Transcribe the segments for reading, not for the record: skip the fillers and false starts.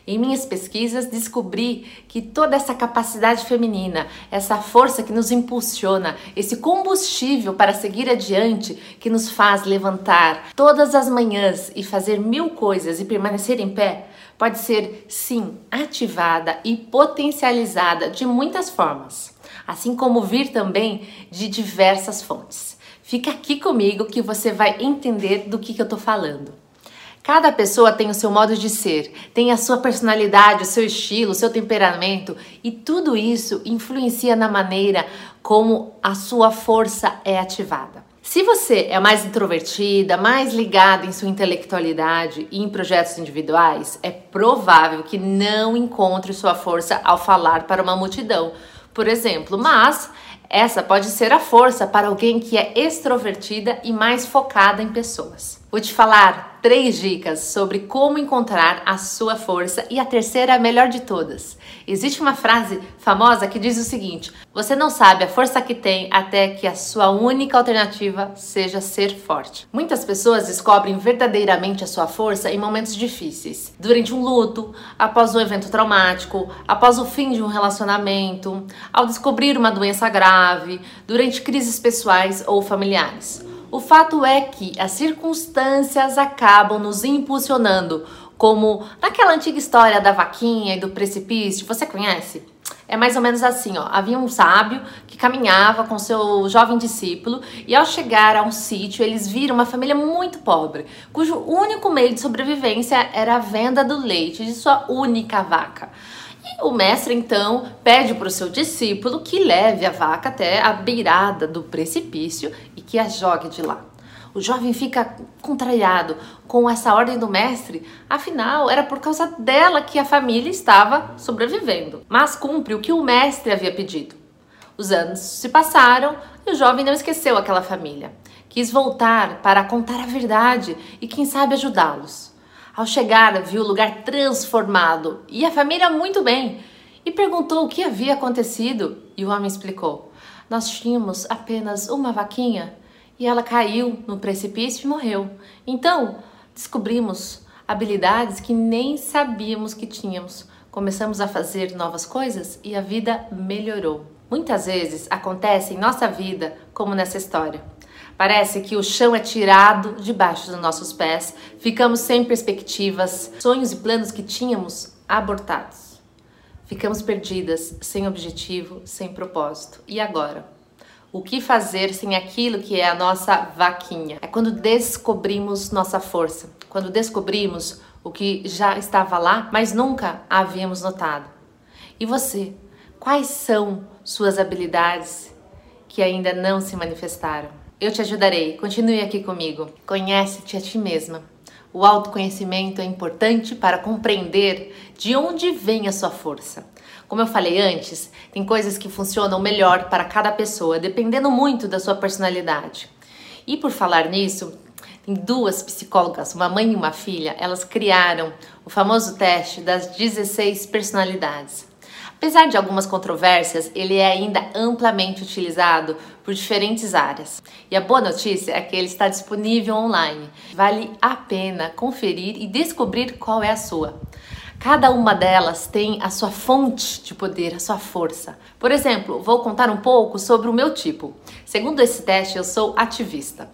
Em minhas pesquisas, descobri que toda essa capacidade feminina, essa força que nos impulsiona, esse combustível para seguir adiante, que nos faz levantar todas as manhãs e fazer 1000 coisas e permanecer em pé, pode ser, sim, ativada e potencializada de muitas formas, assim como vir também de diversas fontes. Fica aqui comigo que você vai entender do que eu tô falando. Cada pessoa tem o seu modo de ser, tem a sua personalidade, o seu estilo, o seu temperamento, e tudo isso influencia na maneira como a sua força é ativada. Se você é mais introvertida, mais ligada em sua intelectualidade e em projetos individuais, é provável que não encontre sua força ao falar para uma multidão, por exemplo, mas essa pode ser a força para alguém que é extrovertida e mais focada em pessoas. Vou te falar 3 dicas sobre como encontrar a sua força e a terceira é a melhor de todas. Existe uma frase famosa que diz o seguinte: você não sabe a força que tem até que a sua única alternativa seja ser forte. Muitas pessoas descobrem verdadeiramente a sua força em momentos difíceis, durante um luto, após um evento traumático, após o fim de um relacionamento, ao descobrir uma doença grave, durante crises pessoais ou familiares. O fato é que as circunstâncias acabam nos impulsionando, como naquela antiga história da vaquinha e do precipício, você conhece? É mais ou menos assim, ó. Havia um sábio que caminhava com seu jovem discípulo e ao chegar a um sítio, eles viram uma família muito pobre, cujo único meio de sobrevivência era a venda do leite de sua única vaca. O mestre então pede para o seu discípulo que leve a vaca até a beirada do precipício e que a jogue de lá. O jovem fica contrariado com essa ordem do mestre, afinal era por causa dela que a família estava sobrevivendo, mas cumpre o que o mestre havia pedido. Os anos se passaram e o jovem não esqueceu aquela família. Quis voltar para contar a verdade e quem sabe ajudá-los. Ao chegar, viu o lugar transformado e a família muito bem e perguntou o que havia acontecido e o homem explicou: nós tínhamos apenas uma vaquinha e ela caiu no precipício e morreu. Então, descobrimos habilidades que nem sabíamos que tínhamos. Começamos a fazer novas coisas e a vida melhorou. Muitas vezes acontece em nossa vida como nessa história. Parece que o chão é tirado debaixo dos nossos pés, ficamos sem perspectivas, sonhos e planos que tínhamos abortados. Ficamos perdidas, sem objetivo, sem propósito. E agora? O que fazer sem aquilo que é a nossa vaquinha? É quando descobrimos nossa força, quando descobrimos o que já estava lá, mas nunca a havíamos notado. E você? Quais são suas habilidades que ainda não se manifestaram? Eu te ajudarei, continue aqui comigo. Conhece-te a ti mesma. O autoconhecimento é importante para compreender de onde vem a sua força. Como eu falei antes, tem coisas que funcionam melhor para cada pessoa, dependendo muito da sua personalidade. E por falar nisso, tem 2 psicólogas, uma mãe e uma filha, elas criaram o famoso teste das 16 personalidades. Apesar de algumas controvérsias, ele é ainda amplamente utilizado por diferentes áreas. E a boa notícia é que ele está disponível online. Vale a pena conferir e descobrir qual é a sua. Cada uma delas tem a sua fonte de poder, a sua força. Por exemplo, vou contar um pouco sobre o meu tipo. Segundo esse teste, eu sou ativista.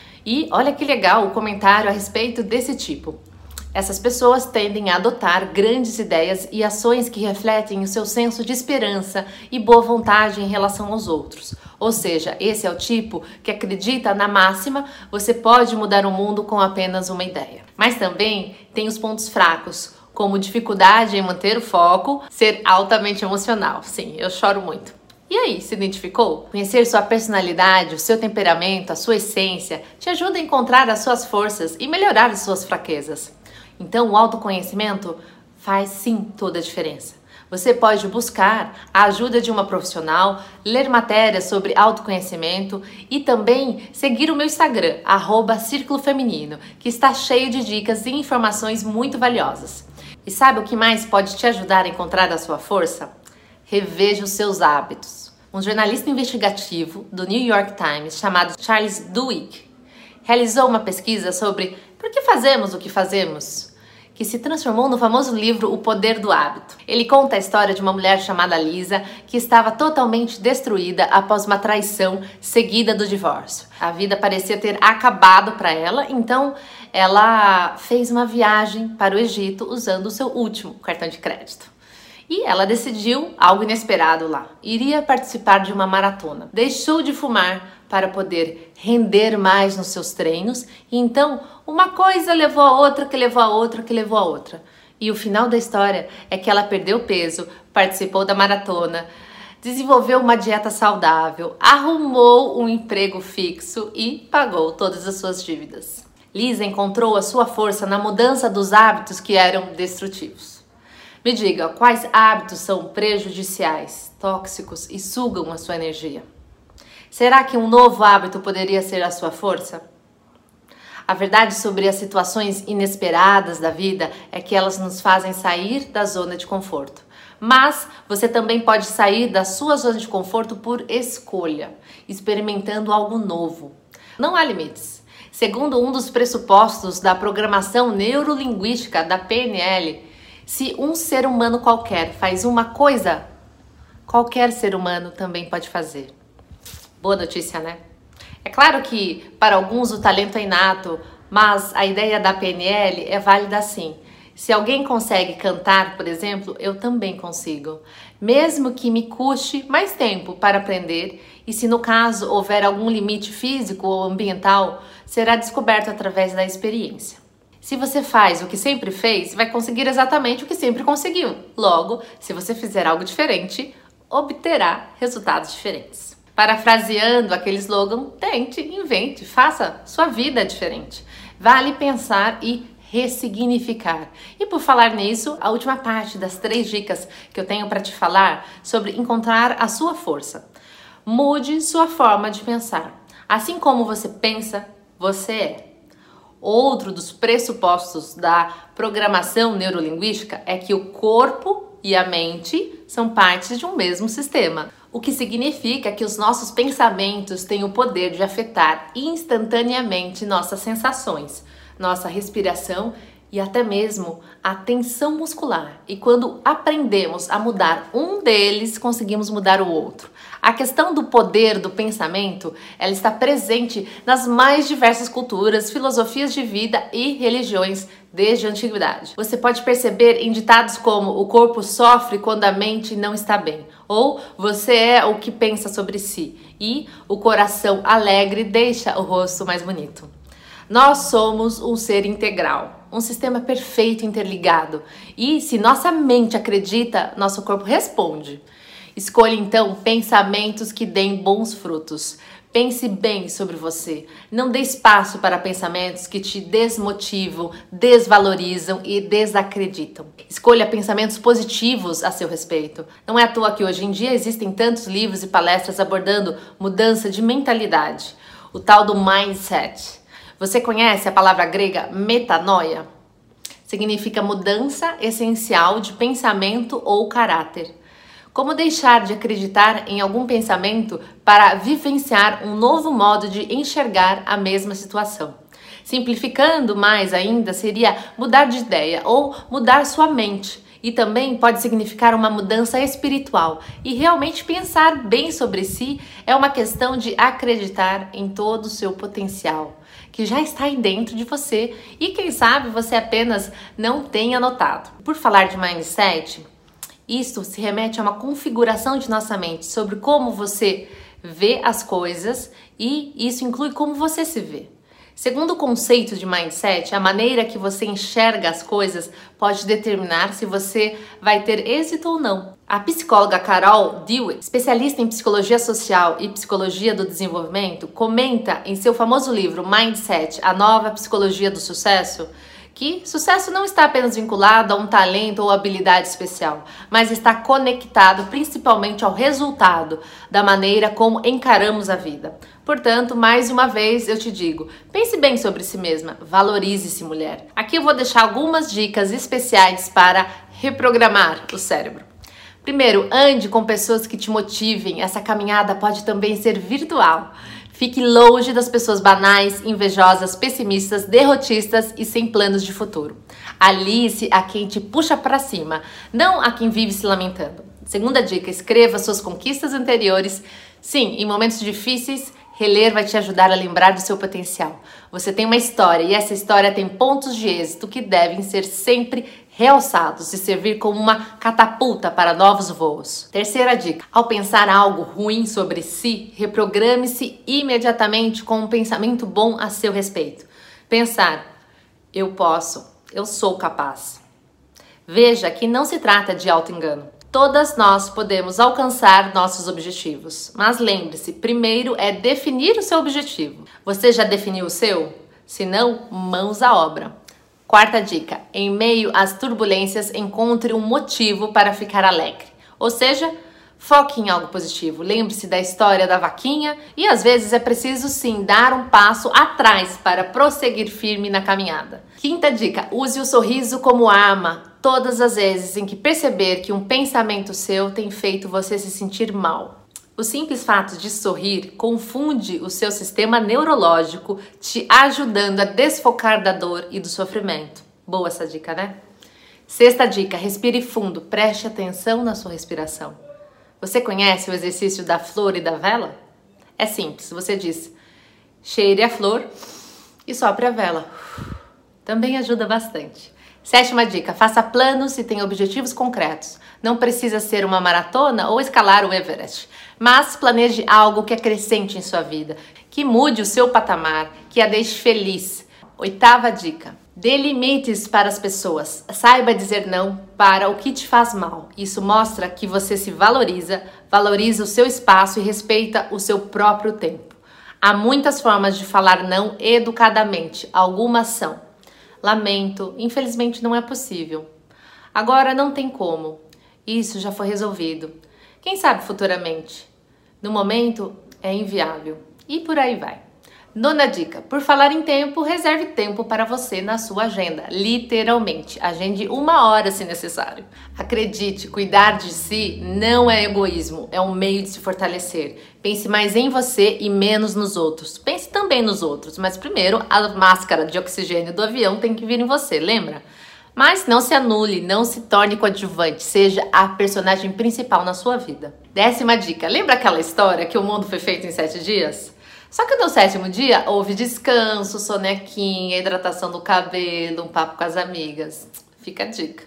E olha que legal o comentário a respeito desse tipo. Essas pessoas tendem a adotar grandes ideias e ações que refletem o seu senso de esperança e boa vontade em relação aos outros. Ou seja, esse é o tipo que acredita na máxima, você pode mudar o mundo com apenas uma ideia. Mas também tem os pontos fracos, como dificuldade em manter o foco, ser altamente emocional. Sim, eu choro muito. E aí, se identificou? Conhecer sua personalidade, o seu temperamento, a sua essência, te ajuda a encontrar as suas forças e melhorar as suas fraquezas. Então, o autoconhecimento faz sim toda a diferença. Você pode buscar a ajuda de uma profissional, ler matérias sobre autoconhecimento e também seguir o meu Instagram, @Círculo Feminino, que está cheio de dicas e informações muito valiosas. E sabe o que mais pode te ajudar a encontrar a sua força? Reveja os seus hábitos. Um jornalista investigativo do New York Times chamado Charles Duhigg realizou uma pesquisa sobre por que fazemos o que fazemos, que se transformou no famoso livro O Poder do Hábito. Ele conta a história de uma mulher chamada Lisa, que estava totalmente destruída após uma traição seguida do divórcio. A vida parecia ter acabado para ela, então ela fez uma viagem para o Egito usando o seu último cartão de crédito. E ela decidiu algo inesperado lá. Iria participar de uma maratona. Deixou de fumar para poder render mais nos seus treinos. E então, uma coisa levou a outra, que levou a outra, que levou a outra. E o final da história é que ela perdeu peso, participou da maratona, desenvolveu uma dieta saudável, arrumou um emprego fixo e pagou todas as suas dívidas. Lisa encontrou a sua força na mudança dos hábitos que eram destrutivos. Me diga, quais hábitos são prejudiciais, tóxicos e sugam a sua energia? Será que um novo hábito poderia ser a sua força? A verdade sobre as situações inesperadas da vida é que elas nos fazem sair da zona de conforto. Mas você também pode sair da sua zona de conforto por escolha, experimentando algo novo. Não há limites. Segundo um dos pressupostos da programação neurolinguística da PNL, se um ser humano qualquer faz uma coisa, qualquer ser humano também pode fazer. Boa notícia, né? É claro que para alguns o talento é inato, mas a ideia da PNL é válida sim. Se alguém consegue cantar, por exemplo, eu também consigo. Mesmo que me custe mais tempo para aprender, e se no caso houver algum limite físico ou ambiental, será descoberto através da experiência. Se você faz o que sempre fez, vai conseguir exatamente o que sempre conseguiu. Logo, se você fizer algo diferente, obterá resultados diferentes. Parafraseando aquele slogan, tente, invente, faça sua vida diferente. Vale pensar e ressignificar. E por falar nisso, a última parte das 3 dicas que eu tenho para te falar sobre encontrar a sua força. Mude sua forma de pensar. Assim como você pensa, você é. Outro dos pressupostos da programação neurolinguística é que o corpo e a mente são partes de um mesmo sistema, o que significa que os nossos pensamentos têm o poder de afetar instantaneamente nossas sensações, nossa respiração e até mesmo a tensão muscular. E quando aprendemos a mudar um deles, conseguimos mudar o outro. A questão do poder do pensamento, ela está presente nas mais diversas culturas, filosofias de vida e religiões desde a antiguidade. Você pode perceber em ditados como o corpo sofre quando a mente não está bem, ou você é o que pensa sobre si, e o coração alegre deixa o rosto mais bonito. Nós somos um ser integral, um sistema perfeito interligado, e se nossa mente acredita, nosso corpo responde. Escolha então pensamentos que deem bons frutos. Pense bem sobre você. Não dê espaço para pensamentos que te desmotivam, desvalorizam e desacreditam. Escolha pensamentos positivos a seu respeito. Não é à toa que hoje em dia existem tantos livros e palestras abordando mudança de mentalidade, o tal do mindset. Você conhece a palavra grega metanoia? Significa mudança essencial de pensamento ou caráter. Como deixar de acreditar em algum pensamento para vivenciar um novo modo de enxergar a mesma situação. Simplificando mais ainda, seria mudar de ideia ou mudar sua mente. E também pode significar uma mudança espiritual. E realmente pensar bem sobre si é uma questão de acreditar em todo o seu potencial, que já está aí dentro de você e quem sabe você apenas não tenha notado. Por falar de mindset, isso se remete a uma configuração de nossa mente sobre como você vê as coisas e isso inclui como você se vê. Segundo o conceito de mindset, a maneira que você enxerga as coisas pode determinar se você vai ter êxito ou não. A psicóloga Carol Dweck, especialista em psicologia social e psicologia do desenvolvimento, comenta em seu famoso livro Mindset, a nova psicologia do sucesso, que sucesso não está apenas vinculado a um talento ou habilidade especial, mas está conectado principalmente ao resultado da maneira como encaramos a vida. Portanto, mais uma vez eu te digo, pense bem sobre si mesma, valorize-se, mulher. Aqui eu vou deixar algumas dicas especiais para reprogramar o cérebro. Primeiro, ande com pessoas que te motivem. Essa caminhada pode também ser virtual. Fique longe das pessoas banais, invejosas, pessimistas, derrotistas e sem planos de futuro. Alice a quem te puxa para cima, não a quem vive se lamentando. Segunda dica, escreva suas conquistas anteriores. Sim, em momentos difíceis, reler vai te ajudar a lembrar do seu potencial. Você tem uma história e essa história tem pontos de êxito que devem ser sempre realçados e servir como uma catapulta para novos voos. Terceira dica, ao pensar algo ruim sobre si, reprograme-se imediatamente com um pensamento bom a seu respeito. Pensar, eu posso, eu sou capaz. Veja que não se trata de auto-engano. Todas nós podemos alcançar nossos objetivos, mas lembre-se, primeiro é definir o seu objetivo. Você já definiu o seu? Se não, mãos à obra. Quarta dica, em meio às turbulências, encontre um motivo para ficar alegre. Ou seja, foque em algo positivo. Lembre-se da história da vaquinha e às vezes é preciso sim dar um passo atrás para prosseguir firme na caminhada. Quinta dica, use o sorriso como arma. Todas as vezes em que perceber que um pensamento seu tem feito você se sentir mal. O simples fato de sorrir confunde o seu sistema neurológico, te ajudando a desfocar da dor e do sofrimento. Boa essa dica, né? Sexta dica, respire fundo, preste atenção na sua respiração. Você conhece o exercício da flor e da vela? É simples, você diz, cheire a flor e sopre a vela. Também ajuda bastante. Sétima dica, faça planos e tenha objetivos concretos. Não precisa ser uma maratona ou escalar o Everest, mas planeje algo que acrescente em sua vida, que mude o seu patamar, que a deixe feliz. Oitava dica, dê limites para as pessoas. Saiba dizer não para o que te faz mal. Isso mostra que você se valoriza, valoriza o seu espaço e respeita o seu próprio tempo. Há muitas formas de falar não educadamente, algumas são: lamento, infelizmente não é possível. Agora não tem como. Isso já foi resolvido. Quem sabe futuramente? No momento é inviável. E por aí vai. Nona dica, por falar em tempo, reserve tempo para você na sua agenda. Literalmente, agende 1 hora se necessário. Acredite, cuidar de si não é egoísmo, é um meio de se fortalecer. Pense mais em você e menos nos outros. Pense também nos outros, mas primeiro a máscara de oxigênio do avião tem que vir em você, lembra? Mas não se anule, não se torne coadjuvante, seja a personagem principal na sua vida. 10ª dica, lembra aquela história que o mundo foi feito em 7 dias? Só que no 7º dia houve descanso, sonequinha, hidratação do cabelo, um papo com as amigas. Fica a dica.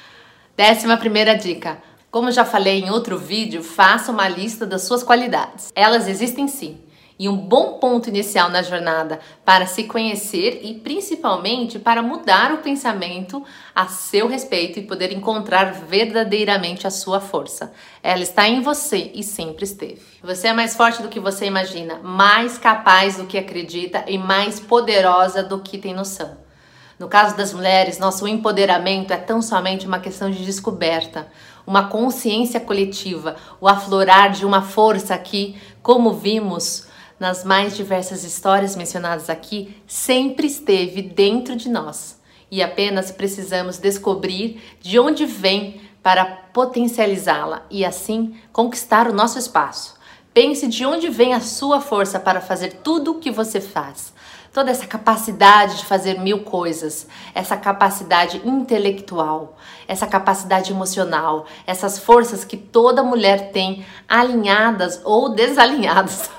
11ª dica, como já falei em outro vídeo, faça uma lista das suas qualidades. Elas existem sim. E um bom ponto inicial na jornada para se conhecer e principalmente para mudar o pensamento a seu respeito e poder encontrar verdadeiramente a sua força. Ela está em você e sempre esteve. Você é mais forte do que você imagina, mais capaz do que acredita e mais poderosa do que tem noção. No caso das mulheres, nosso empoderamento é tão somente uma questão de descoberta, uma consciência coletiva, o aflorar de uma força que, como vimos nas mais diversas histórias mencionadas aqui, sempre esteve dentro de nós e apenas precisamos descobrir de onde vem para potencializá-la e assim conquistar o nosso espaço. Pense de onde vem a sua força para fazer tudo o que você faz. Toda essa capacidade de fazer 1000 coisas, essa capacidade intelectual, essa capacidade emocional, essas forças que toda mulher tem, alinhadas ou desalinhadas.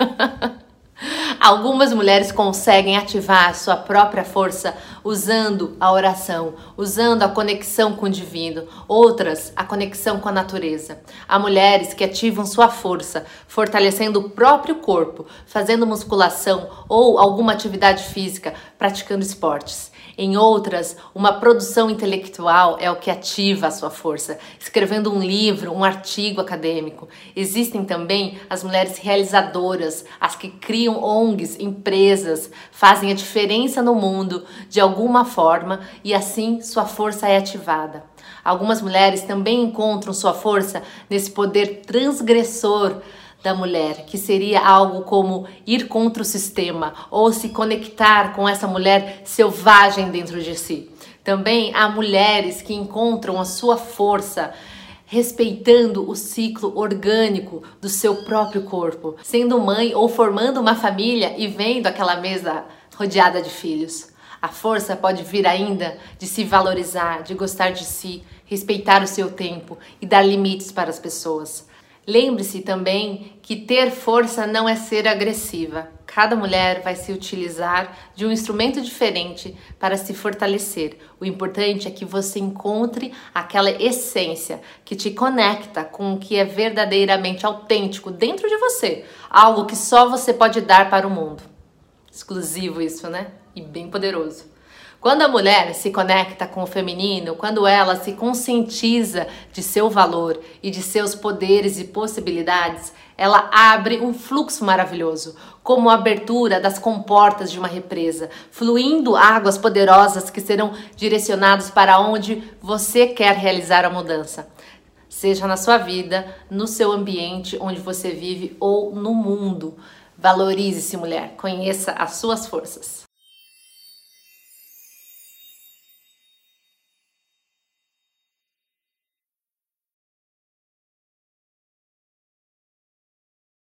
Algumas mulheres conseguem ativar sua própria força usando a oração, usando a conexão com o divino, outras a conexão com a natureza. Há mulheres que ativam sua força, fortalecendo o próprio corpo, fazendo musculação ou alguma atividade física, praticando esportes. Em outras, uma produção intelectual é o que ativa a sua força, escrevendo um livro, um artigo acadêmico. Existem também as mulheres realizadoras, as que criam ONGs, empresas, fazem a diferença no mundo de alguma forma e assim sua força é ativada. Algumas mulheres também encontram sua força nesse poder transgressor da mulher, que seria algo como ir contra o sistema ou se conectar com essa mulher selvagem dentro de si. Também há mulheres que encontram a sua força respeitando o ciclo orgânico do seu próprio corpo, sendo mãe ou formando uma família e vendo aquela mesa rodeada de filhos. A força pode vir ainda de se valorizar, de gostar de si, respeitar o seu tempo e dar limites para as pessoas. Lembre-se também que ter força não é ser agressiva. Cada mulher vai se utilizar de um instrumento diferente para se fortalecer. O importante é que você encontre aquela essência que te conecta com o que é verdadeiramente autêntico dentro de você. Algo que só você pode dar para o mundo. Exclusivo isso, né? E bem poderoso. Quando a mulher se conecta com o feminino, quando ela se conscientiza de seu valor e de seus poderes e possibilidades, ela abre um fluxo maravilhoso, como a abertura das comportas de uma represa, fluindo águas poderosas que serão direcionadas para onde você quer realizar a mudança. Seja na sua vida, no seu ambiente onde você vive ou no mundo. Valorize-se, mulher. Conheça as suas forças.